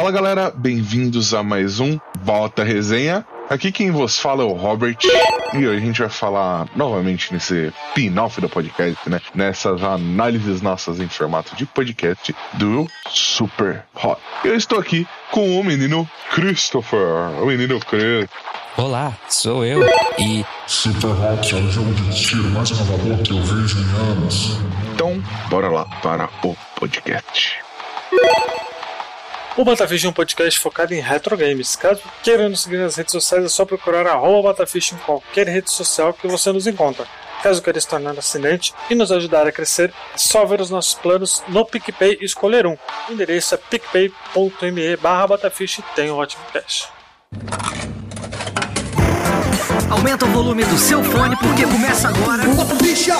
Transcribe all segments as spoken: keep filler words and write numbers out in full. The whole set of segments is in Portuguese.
Fala galera, bem-vindos a mais um Bota Resenha. Aqui quem vos fala é o Robert e hoje a gente vai falar novamente nesse spin-off do podcast, né? Nessas análises nossas em formato de podcast do Super Hot. Eu estou aqui com o menino Christopher, o menino Chris. Olá, sou eu e... Super Hot é o jogo de tiro mais inovador que eu vejo em anos. Então, bora lá para o podcast. O Batafish é um podcast focado em retro games. Caso queira nos seguir nas redes sociais, é só procurar arroba Batafish em qualquer rede social que você nos encontra. Caso queira se tornar assinante e nos ajudar a crescer, é só ver os nossos planos no PicPay e escolher um. O endereço é picpay.me barra Batafish e tem um ótimo cash. Aumenta o volume do seu fone porque começa agora. Batafish!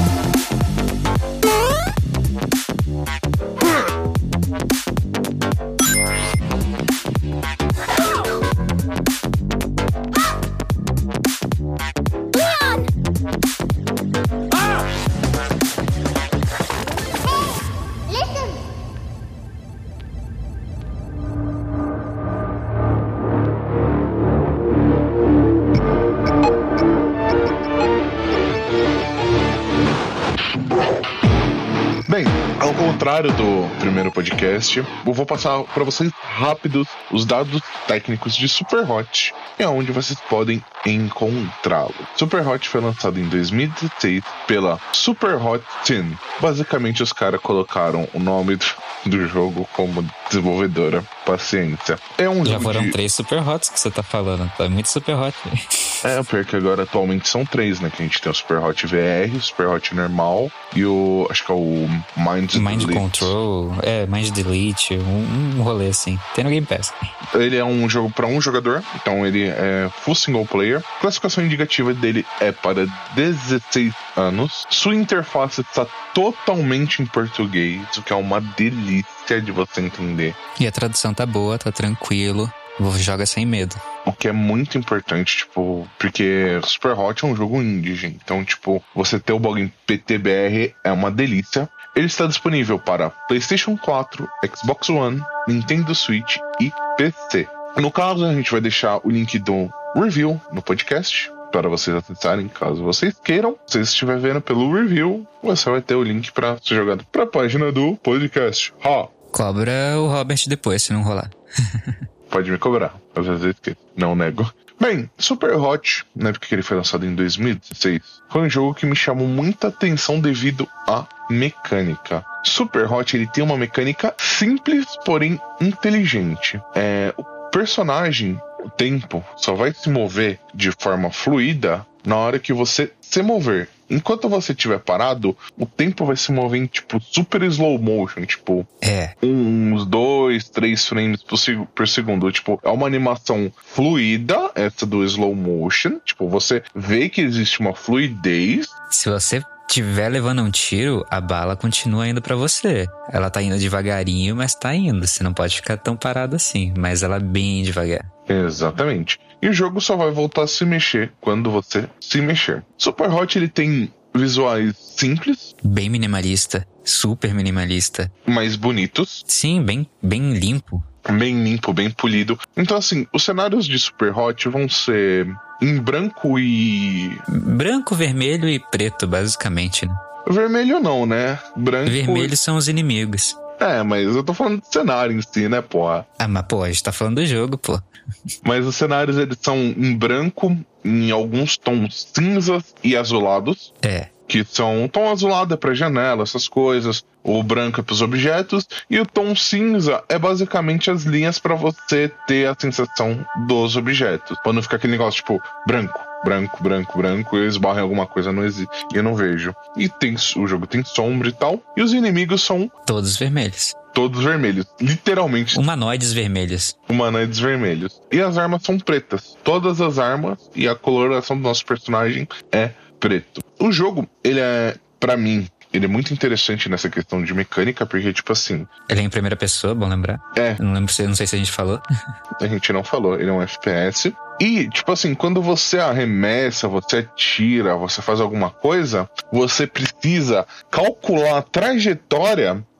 Bem, ao contrário do primeiro podcast, eu vou passar para vocês rápidos os dados técnicos de Super Hot e aonde vocês podem encontrá-lo. Super Hot foi lançado em dois mil e dezesseis pela Super Hot Team. Basicamente, os caras colocaram o nome do, do jogo como desenvolvedora. Paciência. É um Já jogo foram de... três Super Hots que você tá falando. Tá muito Super Hot. É, pior que agora atualmente são três, né? Que a gente tem o Super Hot V R, o Super Hot normal e o... acho que é o Mind, Mind Delete. Control, é, Mind Delete, um, um rolê assim. Tem no Game Pass. Ele é um jogo para um jogador, então ele é full single player. A classificação indicativa dele é para dezesseis anos. Sua interface está totalmente em português, o que é uma delícia de você entender. E a tradução tá boa, tá tranquilo. Joga sem medo. O que é muito importante, tipo, porque Super Hot é um jogo indie, gente. Então, tipo, você ter o login P T B R é uma delícia. Ele está disponível para PlayStation quatro, Xbox One, Nintendo Switch e P C. No caso, a gente vai deixar o link do review no podcast para vocês acessarem, caso vocês queiram. Se você estiver vendo pelo review, você vai ter o link para ser jogado para a página do podcast. Ha! Cobra o Robert depois, se não rolar. Pode me cobrar, às vezes eu esqueço, não nego. Bem, Super Hot, na época que ele foi lançado em dois mil e dezesseis, foi um jogo que me chamou muita atenção devido à mecânica. Super Hot, ele tem uma mecânica simples, porém inteligente. É, o personagem, o tempo, só vai se mover de forma fluida na hora que você se mover. Enquanto você estiver parado, o tempo vai se mover em, tipo, super slow motion, tipo... É. Uns dois, três frames por, seg- por segundo. Tipo, é uma animação fluida, essa do slow motion. Tipo, você vê que existe uma fluidez. Se você estiver levando um tiro, a bala continua indo pra você. Ela tá indo devagarinho, mas tá indo. Você não pode ficar tão parado assim. Mas ela é bem devagar. Exatamente. E o jogo só vai voltar a se mexer quando você se mexer. Super Hot, ele tem visuais simples, Bem minimalista. Super minimalista. mas bonitos, Sim, bem, bem limpo. bem limpo, bem polido. Então, assim, os cenários de Super Hot vão ser em branco e... Branco, vermelho e preto, basicamente, né? vermelho não, né? Branco... Vermelho são os inimigos. É, mas eu tô falando do cenário em si, né, porra? Ah, mas pô, a gente tá falando do jogo, pô. Mas os cenários, eles são em branco, em alguns tons cinzas e azulados. É. Que são o tom azulado é pra janela, essas coisas. O branco é pros objetos. E o tom cinza é basicamente as linhas pra você ter a sensação dos objetos. Pra não ficar aquele negócio, tipo, branco, branco, branco, branco. E esbarra em alguma coisa, não existe. E eu não vejo. E tem, o jogo tem sombra e tal. E os inimigos são Todos vermelhos. todos vermelhos. Literalmente. Humanoides vermelhos. Humanoides vermelhos. E as armas são pretas. Todas as armas e a coloração do nosso personagem é preto. O jogo, ele é, pra mim, ele é muito interessante nessa questão de mecânica, porque, tipo assim... Ele é em primeira pessoa, bom lembrar. É. Eu não lembro, se- não sei se a gente falou. A gente não falou, ele é um F P S. E, tipo assim, quando você arremessa, você atira, você faz alguma coisa, você precisa calcular a trajetória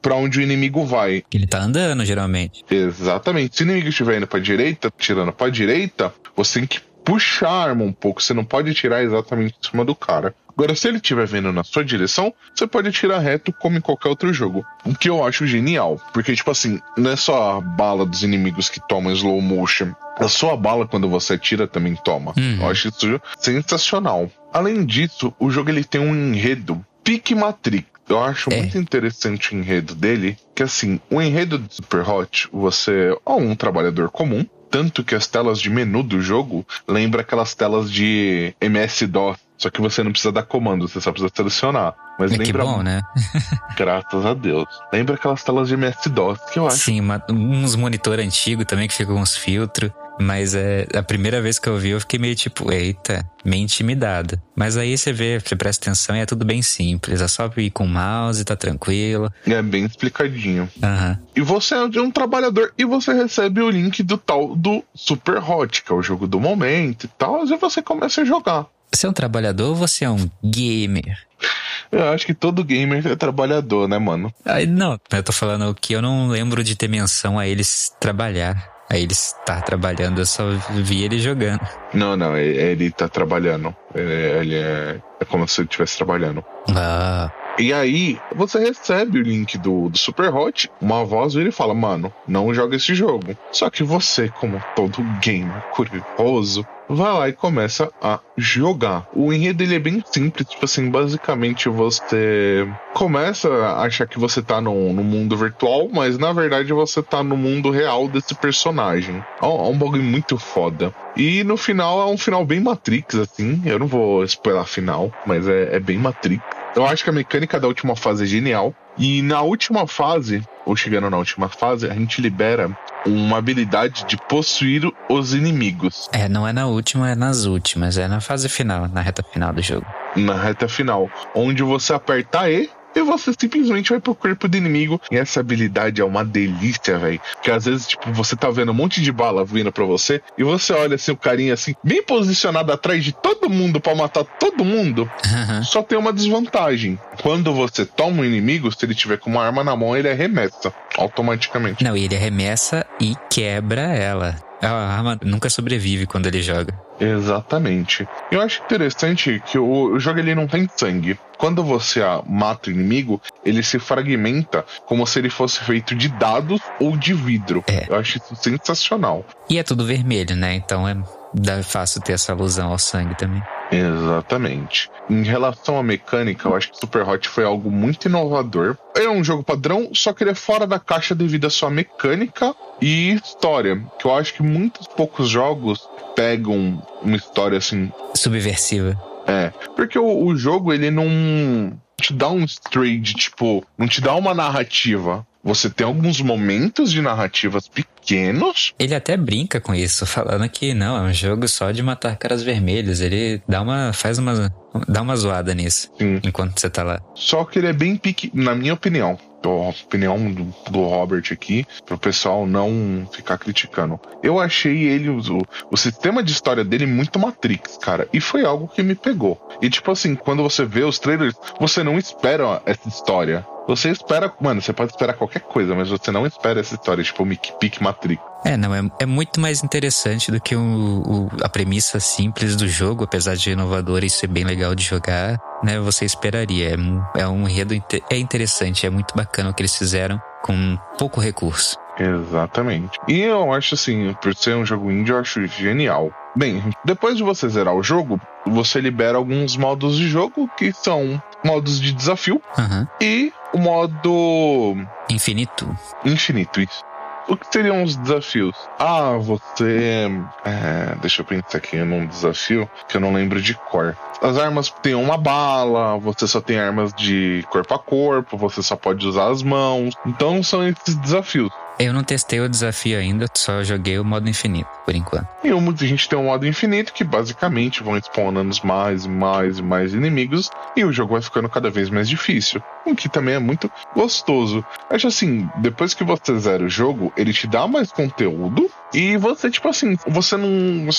pra onde o inimigo vai. Ele tá andando, geralmente. Exatamente. Se o inimigo estiver indo pra direita, tirando pra direita, você tem que puxar a arma um pouco. Você não pode atirar exatamente em cima do cara. Agora, se ele estiver vindo na sua direção, você pode atirar reto como em qualquer outro jogo. O que eu acho genial. Porque, tipo assim, não é só a bala dos inimigos que tomam slow motion. A sua bala, quando você atira, também toma. Uhum. Eu acho isso sensacional. Além disso, o jogo ele tem um enredo pique Matrix. Eu acho é. muito interessante o enredo dele. Que assim, o enredo de Superhot, você é um trabalhador comum. Tanto que as telas de menu do jogo lembram aquelas telas de M S-DOS. Só que você não precisa dar comando, você só precisa selecionar. Mas é lembra... que bom, né? Graças a Deus. Lembra aquelas telas de M S-DOS que eu acho. Sim, uma, uns monitor antigo também que fica com uns filtros. Mas é a primeira vez que eu vi, eu fiquei meio tipo, eita, meio intimidado. Mas aí você vê, você presta atenção e é tudo bem simples. É só ir com o mouse, tá tranquilo. É bem explicadinho. Uhum. E você é um trabalhador e você recebe o link do tal do Superhot, que é o jogo do momento e tal. E você começa a jogar. Você é um trabalhador ou você é um gamer? Eu acho que todo gamer é trabalhador, né, mano? Aí, não, eu tô falando que eu não lembro de ter menção a eles trabalhar. A ele estar trabalhando, eu só vi ele jogando. Não, não, ele tá trabalhando. Ele é, é como se ele estivesse trabalhando. Ah. E aí, você recebe o link do, do Superhot, uma voz e ele fala, mano, não joga esse jogo. Só que você, como todo gamer curioso, vai lá e começa a jogar. O enredo dele é bem simples, tipo assim, basicamente você começa a achar que você tá no, no mundo virtual, mas na verdade você tá no mundo real desse personagem. É um, é um bagulho muito foda. E no final é um final bem Matrix, assim, eu não vou spoiler a final, mas é, é bem Matrix. Eu acho que a mecânica da última fase é genial. E na última fase, ou chegando na última fase, a gente libera uma habilidade de possuir os inimigos. É, não é na última, é nas últimas. É na fase final, na reta final do jogo. Na reta final, onde você aperta E e você simplesmente vai pro corpo do inimigo. E essa habilidade é uma delícia, velho. Porque às vezes, tipo, você tá vendo um monte de bala vindo pra você e você olha assim, o carinha assim, bem posicionado atrás de todo mundo pra matar todo mundo. Uhum. Só tem uma desvantagem. Quando você toma um inimigo, se ele tiver com uma arma na mão, ele arremessa automaticamente. Não, e ele arremessa e quebra ela. A arma nunca sobrevive quando ele joga. Exatamente. Eu acho interessante que o, o jogo ele não tem sangue. Quando você a, mata o inimigo, ele se fragmenta como se ele fosse feito de dados ou de vidro. É. Eu acho isso sensacional. E é tudo vermelho, né? Então é dá fácil ter essa alusão ao sangue também. Exatamente. Em relação à mecânica, eu acho que Superhot foi algo muito inovador. É um jogo padrão, só que ele é fora da caixa devido à sua mecânica e história. Que eu acho que muitos poucos jogos pegam uma história assim... subversiva. É, porque o, o jogo, ele não te dá um straight, tipo, não te dá uma narrativa. Você tem alguns momentos de narrativas pequenos. Ele até brinca com isso, falando que não, é um jogo só de matar caras vermelhos. Ele dá uma, faz uma, dá uma zoada nisso. Sim. Enquanto você tá lá. Só que ele é bem pique, na minha opinião. A opinião do, do Robert aqui, pro pessoal não ficar criticando. Eu achei ele, o, o sistema de história dele muito Matrix, cara. E foi algo que me pegou. E tipo assim, quando você vê os trailers, você não espera essa história. Você espera, mano, você pode esperar qualquer coisa, mas você não espera essa história, tipo o Pique Matrix. É, não, é, é muito mais interessante do que o, o, a premissa simples do jogo, apesar de inovador e ser bem legal de jogar, né, você esperaria. É, é um enredo, é interessante, é muito bacana o que eles fizeram com pouco recurso. Exatamente. E eu acho assim, por ser um jogo indie, eu acho genial. Bem, depois de você zerar o jogo, você libera alguns modos de jogo, que são modos de desafio, uhum. e o modo... Infinito. Infinito, isso. O que seriam os desafios? Ah, você... É, deixa eu pensar aqui num desafio que eu não lembro de cor. As armas têm uma bala, você só tem armas de corpo a corpo, você só pode usar as mãos. Então são esses desafios. Eu não testei o desafio ainda, só joguei o modo infinito, por enquanto. E muita gente tem um modo infinito que basicamente vão spawnando mais e mais e mais inimigos e o jogo vai ficando cada vez mais difícil, o que também é muito gostoso. Acho assim, depois que você zera o jogo, ele te dá mais conteúdo e você, tipo assim, você não, você não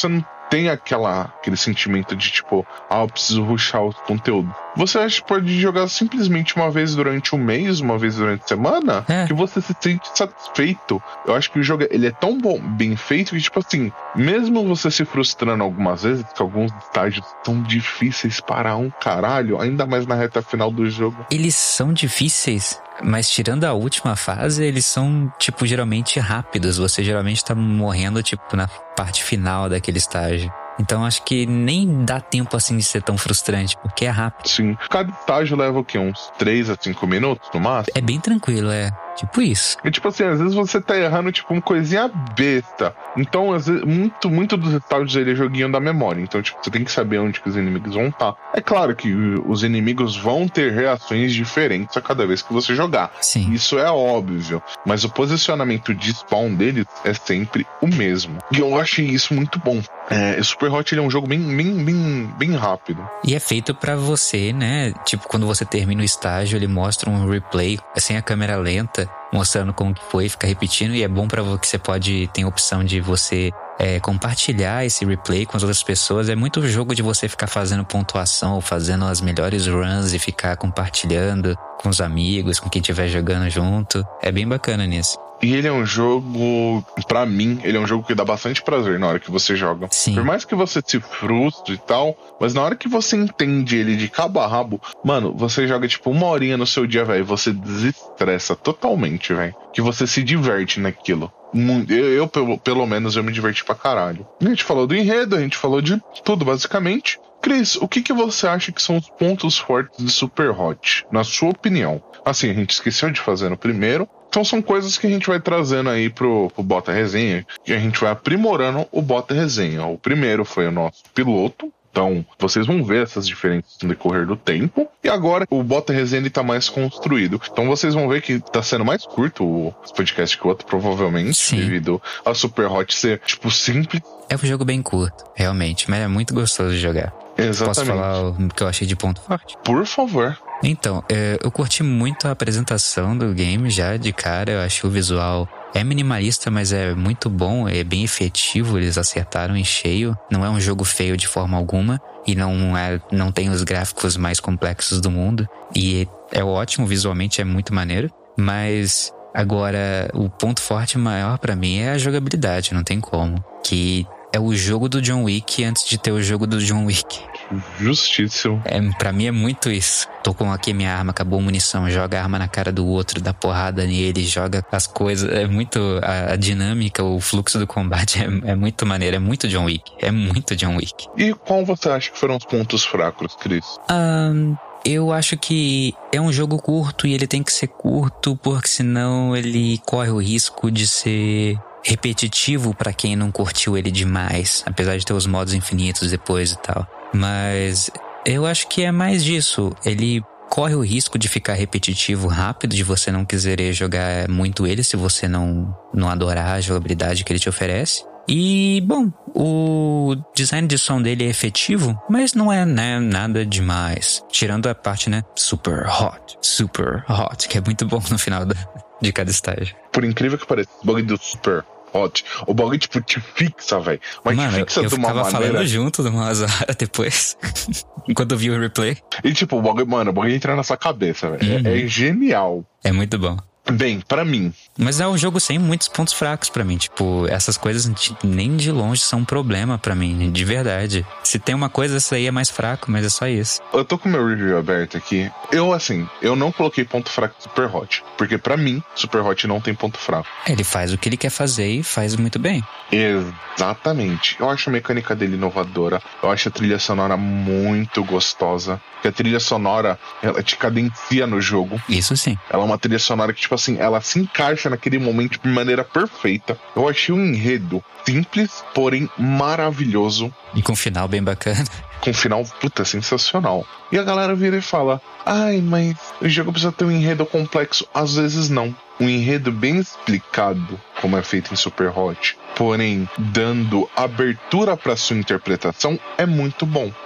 tem aquela, aquele sentimento de tipo, ah, eu preciso rushar o conteúdo. Você acha que pode jogar simplesmente uma vez durante um mês, uma vez durante a semana, é. que você se sente satisfeito. Eu acho que o jogo ele é tão bom, bem feito, que tipo assim, mesmo você se frustrando algumas vezes, que alguns estágios são difíceis para um caralho, ainda mais na reta final do jogo. Eles são difíceis, mas tirando a última fase, eles são, tipo, geralmente rápidos. Você geralmente tá morrendo, tipo, na parte final daquele estágio. Então acho que nem dá tempo assim de ser tão frustrante, porque é rápido. Sim. Cada estágio leva o quê? Uns três a cinco minutos no máximo? É bem tranquilo, é. Tipo isso. E tipo assim, às vezes você tá errando tipo uma coisinha besta. Então, às vezes, muito, muito dos estágios ele é joguinho da memória. Então, tipo, você tem que saber onde que os inimigos vão estar. É claro que os inimigos vão ter reações diferentes a cada vez que você jogar. Sim. Isso é óbvio. Mas o posicionamento de spawn deles é sempre o mesmo. E eu achei isso muito bom. É, Super Hot ele é um jogo bem, bem, bem, bem rápido. E é feito pra você, né? Tipo, quando você termina o estágio, ele mostra um replay sem a câmera lenta, mostrando como que foi, fica repetindo, e é bom pra você que você pode, tem a opção de você é, compartilhar esse replay com as outras pessoas. É muito jogo de você ficar fazendo pontuação, fazendo as melhores runs e ficar compartilhando com os amigos, com quem estiver jogando junto. É bem bacana nisso. E ele é um jogo, pra mim, ele é um jogo que dá bastante prazer na hora que você joga. Sim. Por mais que você se frustre e tal, mas na hora que você entende ele de cabo a rabo, mano, você joga tipo uma horinha no seu dia, velho, você desestressa totalmente, velho. Que você se diverte naquilo. Eu, eu pelo, pelo menos, eu me diverti pra caralho. A gente falou do enredo, a gente falou de tudo, basicamente. Cris, o que, que você acha que são os pontos fortes de Super Hot, na sua opinião? Assim, a gente esqueceu de fazer no primeiro. Então são coisas que a gente vai trazendo aí pro, pro Bota Resenha, e a gente vai aprimorando o Bota Resenha. O primeiro foi o nosso piloto, então vocês vão ver essas diferenças no decorrer do tempo. E agora o Bota Resenha ele tá mais construído. Então vocês vão ver que tá sendo mais curto o podcast que o outro, provavelmente. Sim. Devido a Super Hot ser, tipo, simples. É um jogo bem curto, realmente, mas é muito gostoso de jogar. Exatamente. Posso falar o que eu achei de ponto forte? Por favor. Então, eu curti muito a apresentação do game já de cara. Eu achei o visual é minimalista, mas é muito bom, é bem efetivo, eles acertaram em cheio. Não é um jogo feio de forma alguma e não, é, não tem os gráficos mais complexos do mundo. E é ótimo, visualmente é muito maneiro, mas agora o ponto forte maior pra mim é a jogabilidade, não tem como. Que é o jogo do John Wick antes de ter o jogo do John Wick. Justíssimo. É, pra mim é muito isso. Tô com aqui minha arma, acabou a munição, joga a arma na cara do outro, dá porrada nele, joga as coisas. É muito. A, a dinâmica, o fluxo do combate é, é muito maneiro. É muito John Wick. É muito John Wick. E qual você acha que foram os pontos fracos, Cris? Um, eu acho que é um jogo curto e ele tem que ser curto, porque senão ele corre o risco de ser repetitivo pra quem não curtiu ele demais, apesar de ter os modos infinitos depois e tal. Mas eu acho que é mais disso. Ele corre o risco de ficar repetitivo rápido, de você não querer jogar muito ele se você não, não adorar a jogabilidade que ele te oferece. E, bom, o design de som dele é efetivo, mas não é, né, nada demais. Tirando a parte, né, super hot, super hot, que é muito bom no final do, de cada estágio. Por incrível que pareça, o bug do super hot, o bug, tipo, te fixa, velho. Mas mano, te fixa eu de uma ficava maneira... falando junto de uma hora depois, enquanto eu vi o replay. E, tipo, o bug, mano, o bug entra na sua cabeça, velho. Uhum. É, é genial. É muito bom. Bem, pra mim. Mas é um jogo sem muitos pontos fracos pra mim. Tipo, essas coisas nem de longe são um problema pra mim, de verdade. Se tem uma coisa, essa aí é mais fraco, mas é só isso. Eu tô com o meu review aberto aqui. Eu, assim, eu não coloquei ponto fraco do Super Hot. Porque pra mim, Super Hot não tem ponto fraco. Ele faz o que ele quer fazer e faz muito bem. Exatamente. Eu acho a mecânica dele inovadora. Eu acho a trilha sonora muito gostosa. Porque a trilha sonora, ela te cadencia no jogo. Isso sim. Ela é uma trilha sonora que, tipo assim, ela se encaixa naquele momento de maneira perfeita. Eu achei um enredo simples, porém maravilhoso. E com um final bem bacana. Com um final, puta, sensacional. E a galera vira e fala: ai, mas o jogo precisa ter um enredo complexo. Às vezes não. Um enredo bem explicado, como é feito em Super Hot, porém dando abertura para sua interpretação, é muito bom.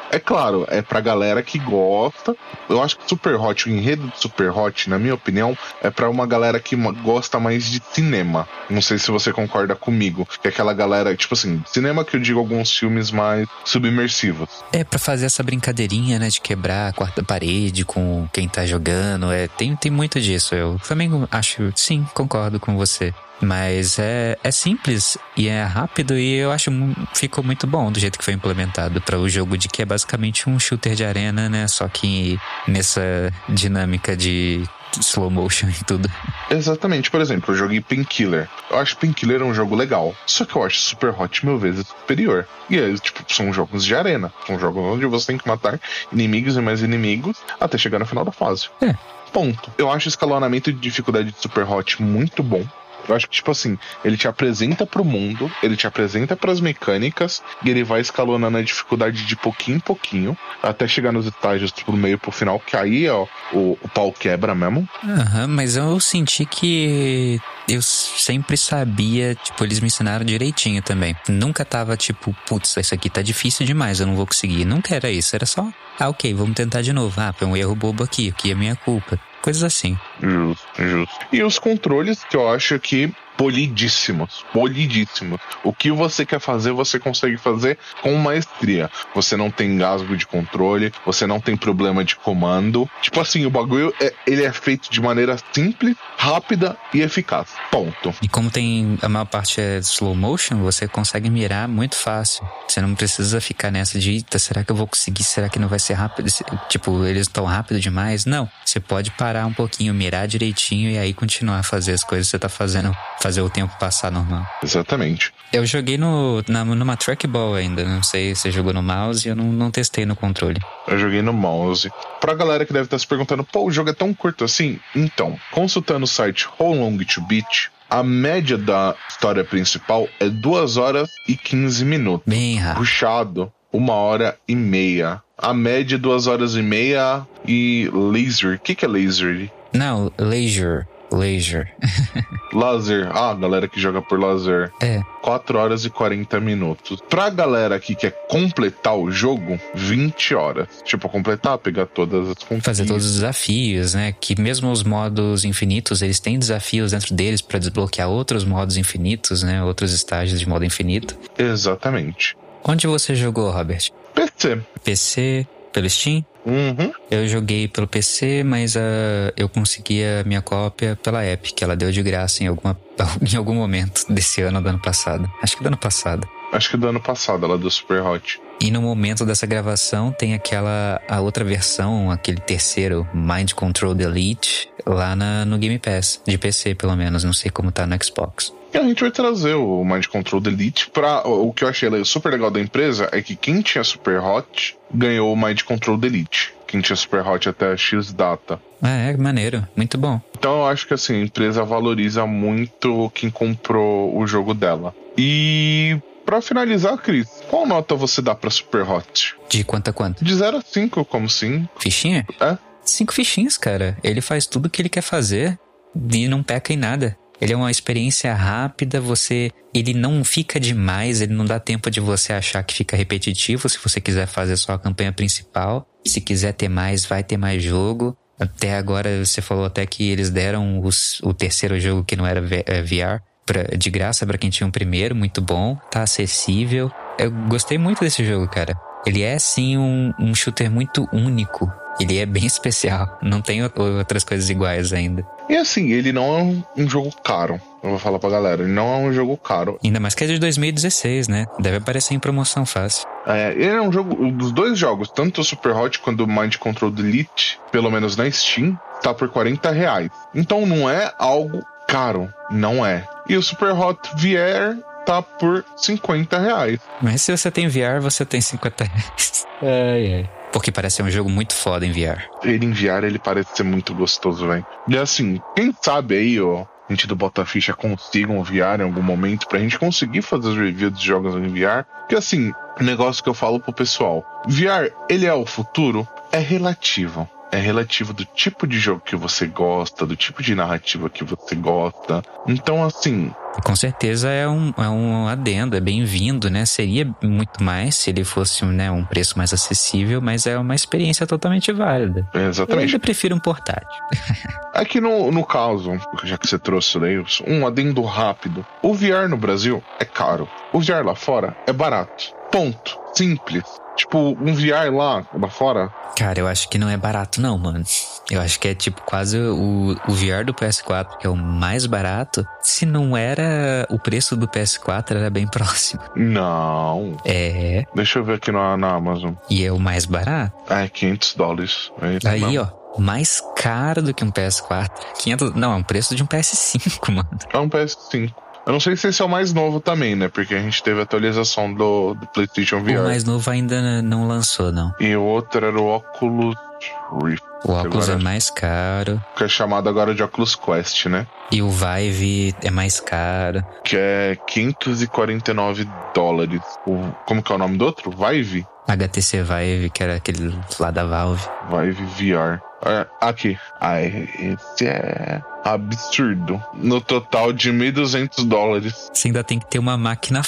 É claro, é pra galera que gosta. Eu acho que Super Hot, o enredo de Super Hot, na minha opinião, é pra uma galera que gosta mais de cinema. Não sei se você concorda comigo. Que é aquela galera, tipo assim, cinema que eu digo alguns filmes mais submersivos. É pra fazer essa brincadeirinha, né, de quebrar a quarta parede com quem tá jogando. É, tem, tem muito disso. Eu também acho, sim, concordo com você. Mas é, é simples e é rápido e eu acho que ficou muito bom do jeito que foi implementado para o jogo de que é basicamente um shooter de arena, né? Só que nessa dinâmica de slow motion e tudo. Exatamente. Por exemplo, eu joguei Painkiller. Eu acho Painkiller um jogo legal. Só que eu acho Super Hot mil vezes superior. E aí, tipo, são jogos de arena. São jogos onde você tem que matar inimigos e mais inimigos até chegar no final da fase. É. Ponto. Eu acho o escalonamento de dificuldade de Super Hot muito bom. Eu acho que, tipo assim, ele te apresenta pro mundo, ele te apresenta pras mecânicas, e ele vai escalonando a dificuldade de pouquinho em pouquinho, até chegar nos estágios pro meio pro final, que aí, ó, o, o pau quebra mesmo. Aham, uhum, mas eu senti que eu sempre sabia, tipo, eles me ensinaram direitinho também. Nunca tava, tipo, putz, isso aqui tá difícil demais, eu não vou conseguir. Nunca era isso, era só, ah, ok, vamos tentar de novo. Ah, foi um erro bobo aqui, aqui é minha culpa. Coisas assim. Justo, justo. E os controles que eu acho que polidíssimos, polidíssimos. O que você quer fazer, você consegue fazer com maestria. Você não tem engasgo de controle, você não tem problema de comando. Tipo assim, o bagulho, é, ele é feito de maneira simples, rápida e eficaz. Ponto. E como tem a maior parte é slow motion, você consegue mirar muito fácil. Você não precisa ficar nessa de, eita, será que eu vou conseguir? Será que não vai ser rápido? Tipo, eles estão rápido demais? Não. Você pode parar um pouquinho, mirar direitinho e aí continuar a fazer as coisas que você tá fazendo, fazer o tempo passar normal. Exatamente. Eu joguei no, na, numa trackball ainda, não sei se você jogou no mouse, eu não, não testei no controle. Eu joguei no mouse. Pra galera que deve estar se perguntando, pô, o jogo é tão curto assim? Então, consultando o site How Long to Beat, a média da história principal é duas horas e quinze minutos. Bem rápido. Puxado, uma hora e meia. A média é duas horas e meia e laser. O que, que é laser? Não, leisure. Leisure. Laser. Ah, galera que joga por laser. É. quatro horas e quarenta minutos. Pra galera aqui que quer completar o jogo, vinte horas. Tipo, completar, pegar todas as conquistas. Fazer todos os desafios, né? Que mesmo os modos infinitos, eles têm desafios dentro deles pra desbloquear outros modos infinitos, né? Outros estágios de modo infinito. Exatamente. Onde você jogou, Robert? P C. P C, pelo Steam? Uhum. Eu joguei pelo P C, mas uh, eu consegui a minha cópia pela Epic, que ela deu de graça em, alguma, em algum momento desse ano ou do ano passado. Acho que do ano passado. Acho que do ano passado, ela deu Super Hot. E no momento dessa gravação tem aquela, a outra versão, aquele terceiro, Mind Control Elite, lá na, no Game Pass, de P C pelo menos, não sei como tá no Xbox. E a gente vai trazer o Mind Control Elite pra... O que eu achei super legal da empresa é que quem tinha Super Hot ganhou o Mind Control Elite. Quem tinha Super Hot até X data. Ah, é, maneiro. Muito bom. Então eu acho que assim, a empresa valoriza muito quem comprou o jogo dela. E... Pra finalizar, Cris, qual nota você dá pra Super Hot? De quanto a quanto? De zero a cinco, como sim? Fichinha? É. Cinco fichinhas, cara. Ele faz tudo o que ele quer fazer e não peca em nada. Ele é uma experiência rápida, você... Ele não fica demais, ele não dá tempo de você achar que fica repetitivo se você quiser fazer só a campanha principal. Se quiser ter mais, vai ter mais jogo. Até agora, você falou até que eles deram os, o terceiro jogo que não era V R pra, de graça pra quem tinha o primeiro, muito bom, tá acessível. Eu gostei muito desse jogo, cara. Ele é, sim, um, um shooter muito único. Ele é bem especial. Não tem outras coisas iguais ainda. E assim, ele não é um, um jogo caro. Eu vou falar pra galera, ele não é um jogo caro. Ainda mais que é de dois mil e dezesseis, né? Deve aparecer em promoção fácil. É, ele é um jogo... Dos dois jogos, tanto o Super Hot quanto o Mind Control Elite, pelo menos na Steam, tá por quarenta reais. Então não é algo caro. Não é. E o Super Hot V R... tá por cinquenta reais. Mas se você tem V R, você tem cinquenta reais. Ai, ai. Porque parece ser um jogo muito foda em V R. Ele em V R, ele parece ser muito gostoso, velho. E assim, quem sabe aí, ó, a gente do Bota Ficha consiga um V R em algum momento pra gente conseguir fazer os reviews de jogos em V R. Porque assim, o negócio que eu falo pro pessoal, V R, ele é o futuro? É relativo. É relativo do tipo de jogo que você gosta, do tipo de narrativa que você gosta. Então, assim, Com certeza é um, é um adendo, é bem-vindo, né? Seria muito mais se ele fosse, né, um preço mais acessível, mas é uma experiência totalmente válida. Exatamente. Eu ainda prefiro um portátil. Aqui no, no caso, já que você trouxe daí, um adendo rápido. O V R no Brasil é caro. O V R lá fora é barato. Ponto. Simples. Tipo, um V R lá, lá fora... Cara, eu acho que não é barato não, mano. Eu acho que é tipo quase o, o V R do P S quatro, que é o mais barato. Se não era o preço do P S quatro, era bem próximo. Não. É. Deixa eu ver aqui na, na Amazon. E é o mais barato? É, quinhentos dólares. É Aí, mesmo. ó. Mais caro do que um P S quatro. quinhentos... Não, é um preço de um P S cinco, mano. É um P S cinco. Eu não sei se esse é o mais novo também, né? Porque a gente teve a atualização do, do PlayStation V R. O mais novo ainda não lançou, não. E o outro era o Oculus Rift. O óculos agora, é mais caro. que é chamado agora de Oculus Quest, né? E o Vive é mais caro. Que é quinhentos e quarenta e nove dólares. O, como que é o nome do outro? Vive? H T C Vive, que era aquele lá da Valve. Vive V R. É, aqui. Ai, esse é absurdo. No total de mil e duzentos dólares. Você ainda tem que ter uma máquina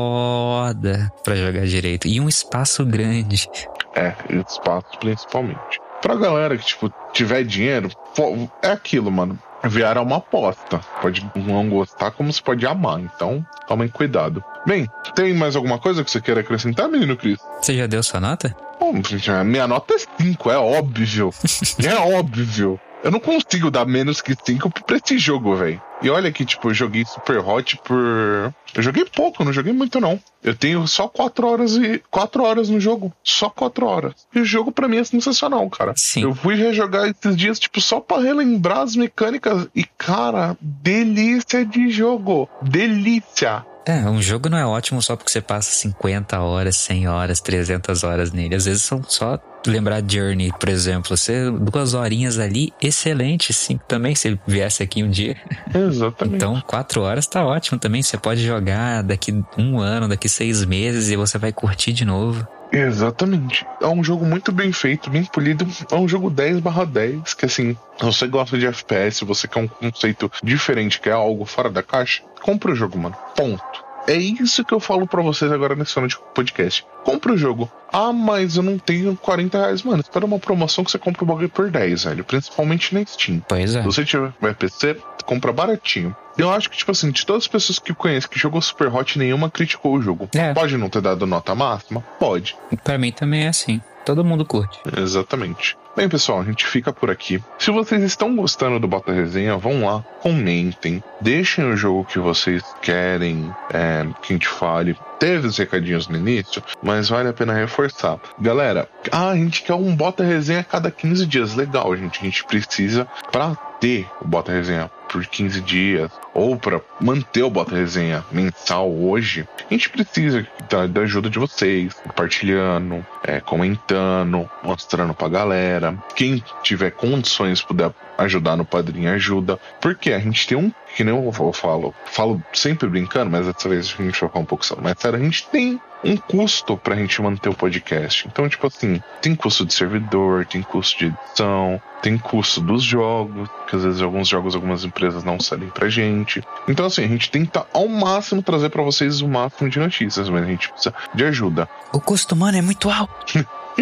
foda pra jogar direito. E um espaço grande. É, e espaço principalmente. Pra galera que, tipo, tiver dinheiro, pô, é aquilo, mano. V R é uma aposta. Pode não gostar como você pode amar. Então, tomem cuidado. Bem, tem mais alguma coisa que você queira acrescentar, menino Cris? Você já deu sua nota? Bom, minha nota é cinco, é óbvio. É óbvio. Eu não consigo dar menos que cinco pra esse jogo, velho. E olha que, tipo, eu joguei Super Hot por... Eu joguei pouco, não joguei muito, não. Eu tenho só quatro horas e... quatro horas no jogo. Só quatro horas. E o jogo, pra mim, é sensacional, cara. Sim. Eu fui rejogar esses dias, tipo, só pra relembrar as mecânicas. E, cara, delícia de jogo. Delícia. É, um jogo não é ótimo só porque você passa cinquenta horas, cem horas, trezentas horas nele. Às vezes são só lembrar Journey, por exemplo. Você, duas horinhas ali, excelente, sim. Também, se ele viesse aqui um dia. Exatamente. Então, quatro horas tá ótimo também. Você pode jogar daqui um ano, daqui seis meses e você vai curtir de novo. Exatamente. É um jogo muito bem feito, bem polido. É um jogo dez barra dez, que assim, se você gosta de F P S, você quer um conceito diferente, quer algo fora da caixa, compra o jogo, mano. Ponto. É isso que eu falo pra vocês agora nesse ano de podcast. Compra o jogo. Ah, mas eu não tenho quarenta reais, mano. Espera uma promoção que você compra o bagulho por dez, velho. Principalmente na Steam. Pois é. Se você tiver P C, compra baratinho. Eu acho que, tipo assim, de todas as pessoas que eu conheço que jogou Super Hot, nenhuma criticou o jogo. É. Pode não ter dado nota máxima? Pode. Pra mim também é assim. Todo mundo curte. Exatamente. Bem, pessoal, a gente fica por aqui. Se vocês estão gostando do Bota Resenha, vão lá, comentem, deixem o jogo que vocês querem é, que a gente fale. Teve os recadinhos no início, mas vale a pena reforçar. Galera, ah, a gente quer um Bota Resenha a cada quinze dias. Legal, gente. A gente precisa, pra ter o Bota Resenha por quinze dias, ou para manter o Bota Resenha mensal hoje, a gente precisa da, da ajuda de vocês, compartilhando, é, comentando, mostrando pra galera. Quem tiver condições, puder ajudar no Padrinho, ajuda. Porque a gente tem um, que nem eu falo, falo sempre brincando, mas dessa vez a gente vai falar um pouco mais sério, a gente tem um custo pra gente manter o podcast. Então, tipo assim, tem custo de servidor, tem custo de edição, tem custo dos jogos, que às vezes alguns jogos, algumas empresas não cedem pra gente. Então, assim, a gente tenta ao máximo trazer pra vocês o máximo de notícias, mas a gente precisa de ajuda. O custo humano é muito alto.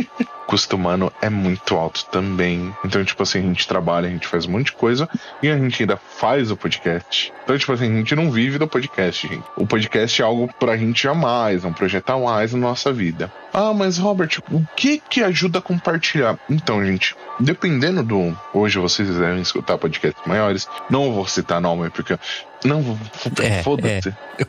O custo humano é muito alto também. Então, tipo assim, a gente trabalha, a gente faz um monte de coisa e a gente ainda faz o podcast. Então, tipo assim, a gente não vive do podcast, gente. O podcast é algo pra gente jamais, é um projeto a mais na nossa vida. Ah, mas Robert, o que que ajuda a compartilhar? Então, gente, dependendo do... Hoje vocês devem escutar podcasts maiores. Não vou citar nome, porque... Não, vou... É, Foda-se.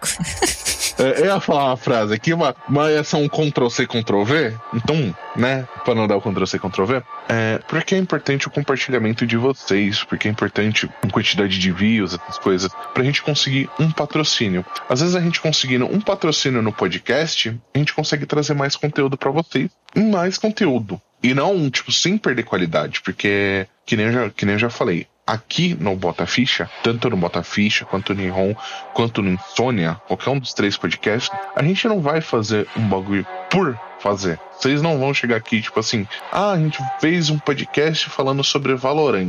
É. É, eu ia falar uma frase aqui, mas, mas ia ser um control C, control V. Então, né, pra não dar o control C, control V. É, porque é importante o compartilhamento de vocês, porque é importante a quantidade de views, essas coisas, pra gente conseguir um patrocínio. Às vezes a gente conseguindo um patrocínio no podcast, a gente consegue trazer mais conteúdo pra vocês. Mais conteúdo. E não, tipo, sem perder qualidade, porque, que nem eu já, que nem eu já falei, aqui no Bota Ficha, tanto no Bota Ficha, quanto no Nihon, quanto no Insônia, qualquer um dos três podcasts, a gente não vai fazer um bagulho por fazer. Vocês não vão chegar aqui, tipo assim, ah, a gente fez um podcast falando sobre Valorant.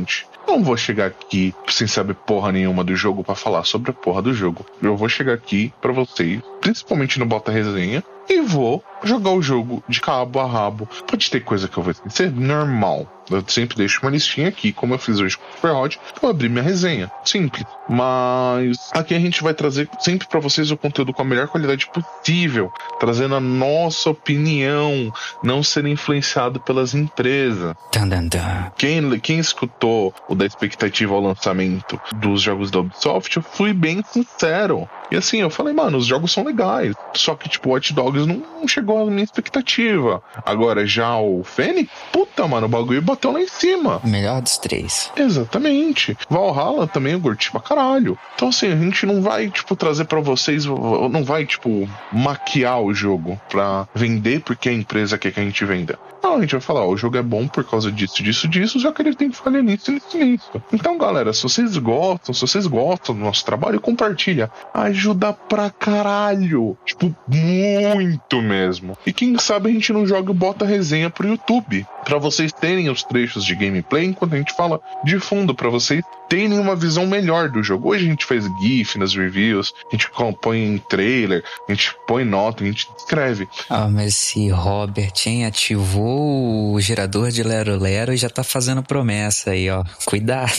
não vou chegar aqui sem saber porra nenhuma do jogo pra falar sobre a porra do jogo. Eu vou chegar aqui pra vocês, principalmente no Bota Resenha, e vou jogar o jogo de cabo a rabo. Pode ter coisa que eu vou esquecer, normal. Eu sempre deixo uma listinha aqui, como eu fiz hoje com o Superhot, pra eu abrir minha resenha. Simples. Mas aqui a gente vai trazer sempre pra vocês o conteúdo com a melhor qualidade possível, trazendo a nossa opinião, não ser influenciado pelas empresas. Dun, dun, dun. Quem, quem escutou o da expectativa ao lançamento dos jogos da Ubisoft, eu fui bem sincero. E assim, eu falei, mano, os jogos são legais. Só que, tipo, Watch Dogs não, não chegou à minha expectativa. Agora, já o Fênix, puta, mano, o bagulho bateu lá em cima. Melhor dos três. Exatamente. Valhalla também eu curti pra caralho. Então, assim, a gente não vai, tipo, trazer pra vocês, não vai, tipo, maquiar o jogo pra vender porque a empresa quer que a gente venda. Não, a gente vai falar, ó, o jogo é bom por causa disso, disso, disso, já que ele tem falha nisso, nisso, nisso. Então, galera, se vocês gostam, se vocês gostam do nosso trabalho, compartilha. Ajuda pra caralho. Tipo, muito mesmo. E quem sabe a gente não joga o Bota Resenha pro YouTube, pra vocês terem os trechos de gameplay enquanto a gente fala de fundo, pra vocês terem uma visão melhor do jogo. Hoje a gente faz GIF nas reviews, a gente põe em trailer, a gente põe nota, a gente escreve. Ah, mas esse Robert, hein, ativou o gerador de Lero Lero e já tá fazendo promessa aí, ó. Cuidado.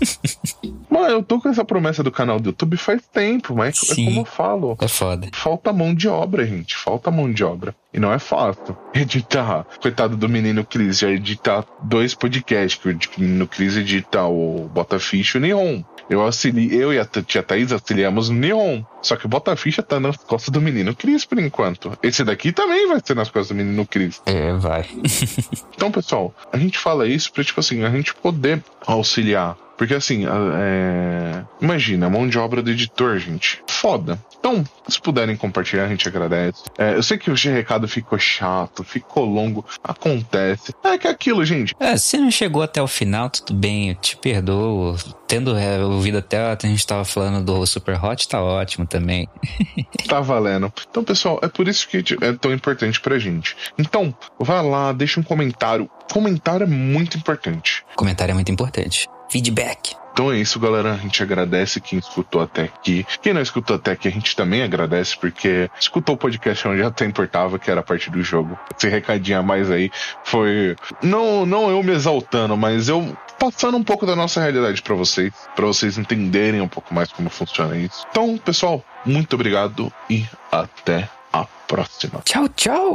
Mano, eu tô com essa promessa do canal do YouTube faz tempo, mas Sim, é como eu falo. É foda. Falta mão de obra, gente. Falta mão de obra. E não é fácil. Editar, coitado do menino Cris, já editar dois podcasts, que o menino Cris edita o Bota Ficha e o Neon. Eu, auxili, eu e a tia Thaís auxiliamos no Neon. Só que o Bota Ficha tá nas costas do menino Cris por enquanto. Esse daqui também vai ser nas costas do menino Cris. É, vai. Então, pessoal, a gente fala isso pra, tipo assim, a gente poder auxiliar. Porque assim, é... imagina, a mão de obra do editor, gente. Foda. Então, se puderem compartilhar, a gente agradece. É, eu sei que o recado ficou chato, ficou longo, acontece. É que é aquilo, gente. É, se não chegou até o final, tudo bem, eu te perdoo. Tendo é, ouvido até a gente tava falando do Superhot, tá ótimo também. Tá valendo. Então, pessoal, é por isso que é tão importante pra gente. Então, vai lá, deixa um comentário. Comentário é muito importante. Comentário é muito importante. Feedback. Então é isso, galera. A gente agradece quem escutou até aqui. Quem não escutou até aqui, a gente também agradece, porque escutou o podcast onde até importava, que era a parte do jogo. Esse recadinho a mais aí foi... Não, não eu me exaltando, mas eu passando um pouco da nossa realidade pra vocês, pra vocês entenderem um pouco mais como funciona isso. Então, pessoal, muito obrigado e até a próxima. Tchau, tchau!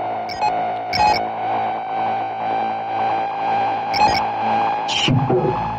Super